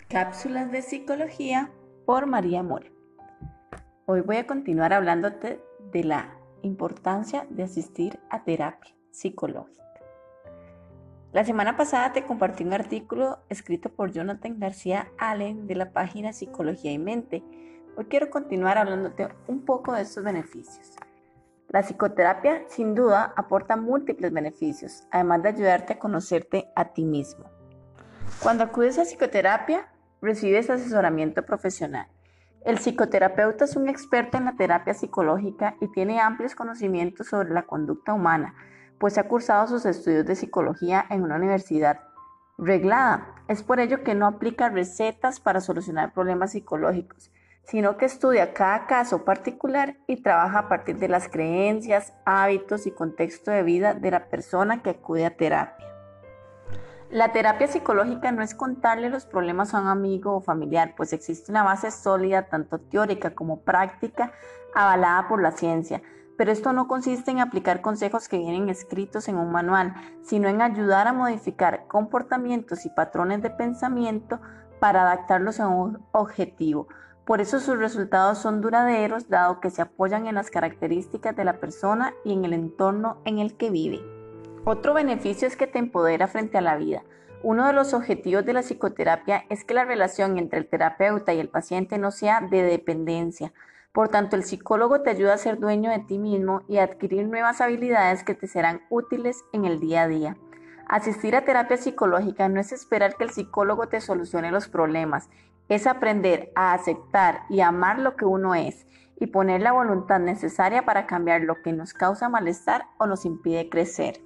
Cápsulas de psicología por María Mora. Hoy voy a continuar hablándote de la importancia de asistir a terapia psicológica. La semana pasada te compartí un artículo escrito por Jonathan García Allen de la página Psicología y Mente. Hoy quiero continuar hablándote un poco de estos beneficios. La psicoterapia sin duda aporta múltiples beneficios, además de ayudarte a conocerte a ti mismo. Cuando acudes a psicoterapia, recibes asesoramiento profesional. El psicoterapeuta es un experto en la terapia psicológica y tiene amplios conocimientos sobre la conducta humana, pues ha cursado sus estudios de psicología en una universidad reglada. Es por ello que no aplica recetas para solucionar problemas psicológicos, sino que estudia cada caso particular y trabaja a partir de las creencias, hábitos y contexto de vida de la persona que acude a terapia. La terapia psicológica no es contarle los problemas a un amigo o familiar, pues existe una base sólida, tanto teórica como práctica, avalada por la ciencia. Pero esto no consiste en aplicar consejos que vienen escritos en un manual, sino en ayudar a modificar comportamientos y patrones de pensamiento para adaptarlos a un objetivo. Por eso sus resultados son duraderos, dado que se apoyan en las características de la persona y en el entorno en el que vive. Otro beneficio es que te empodera frente a la vida. Uno de los objetivos de la psicoterapia es que la relación entre el terapeuta y el paciente no sea de dependencia. Por tanto, el psicólogo te ayuda a ser dueño de ti mismo y a adquirir nuevas habilidades que te serán útiles en el día a día. Asistir a terapia psicológica no es esperar que el psicólogo te solucione los problemas, es aprender a aceptar y amar lo que uno es y poner la voluntad necesaria para cambiar lo que nos causa malestar o nos impide crecer.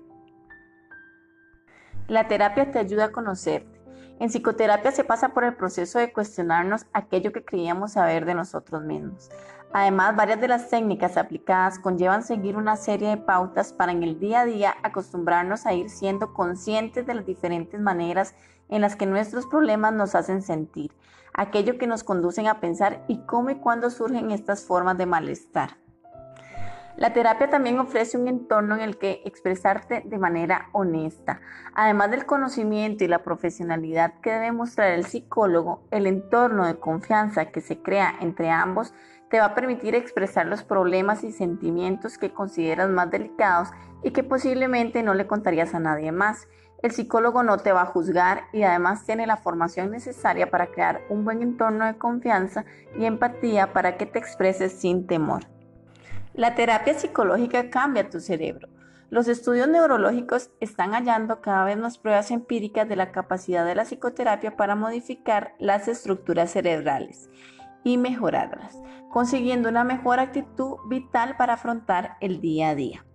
La terapia te ayuda a conocerte. En psicoterapia se pasa por el proceso de cuestionarnos aquello que creíamos saber de nosotros mismos. Además, varias de las técnicas aplicadas conllevan seguir una serie de pautas para en el día a día acostumbrarnos a ir siendo conscientes de las diferentes maneras en las que nuestros problemas nos hacen sentir, aquello que nos conducen a pensar y cómo y cuándo surgen estas formas de malestar. La terapia también ofrece un entorno en el que expresarte de manera honesta. Además del conocimiento y la profesionalidad que debe mostrar el psicólogo, el entorno de confianza que se crea entre ambos te va a permitir expresar los problemas y sentimientos que consideras más delicados y que posiblemente no le contarías a nadie más. El psicólogo no te va a juzgar y además tiene la formación necesaria para crear un buen entorno de confianza y empatía para que te expreses sin temor. La terapia psicológica cambia tu cerebro. Los estudios neurológicos están hallando cada vez más pruebas empíricas de la capacidad de la psicoterapia para modificar las estructuras cerebrales y mejorarlas, consiguiendo una mejor actitud vital para afrontar el día a día.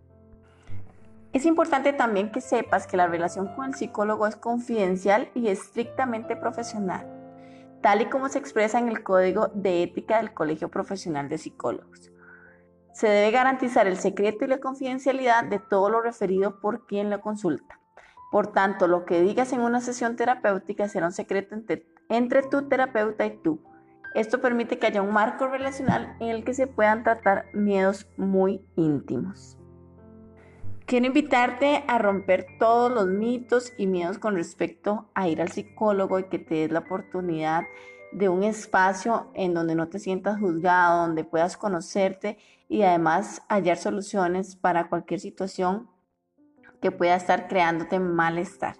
Es importante también que sepas que la relación con el psicólogo es confidencial y estrictamente profesional, tal y como se expresa en el Código de Ética del Colegio Profesional de Psicólogos. Se debe garantizar el secreto y la confidencialidad de todo lo referido por quien lo consulta. Por tanto, lo que digas en una sesión terapéutica será un secreto entre tu terapeuta y tú. Esto permite que haya un marco relacional en el que se puedan tratar miedos muy íntimos. Quiero invitarte a romper todos los mitos y miedos con respecto a ir al psicólogo y que te des la oportunidad de un espacio en donde no te sientas juzgado, donde puedas conocerte y además hallar soluciones para cualquier situación que pueda estar creándote malestar.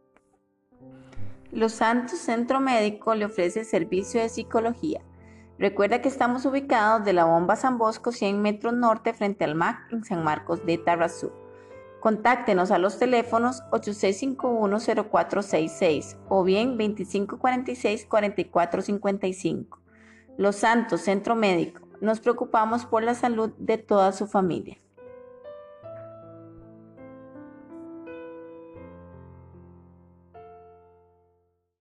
Los Santos Centro Médico le ofrece servicio de psicología. Recuerda que estamos ubicados de la Bomba San Bosco 100 metros norte frente al MAC en San Marcos de Tarrazú. Contáctenos a los teléfonos 8651-0466 o bien 2546-4455. Los Santos Centro Médico. Nos preocupamos por la salud de toda su familia.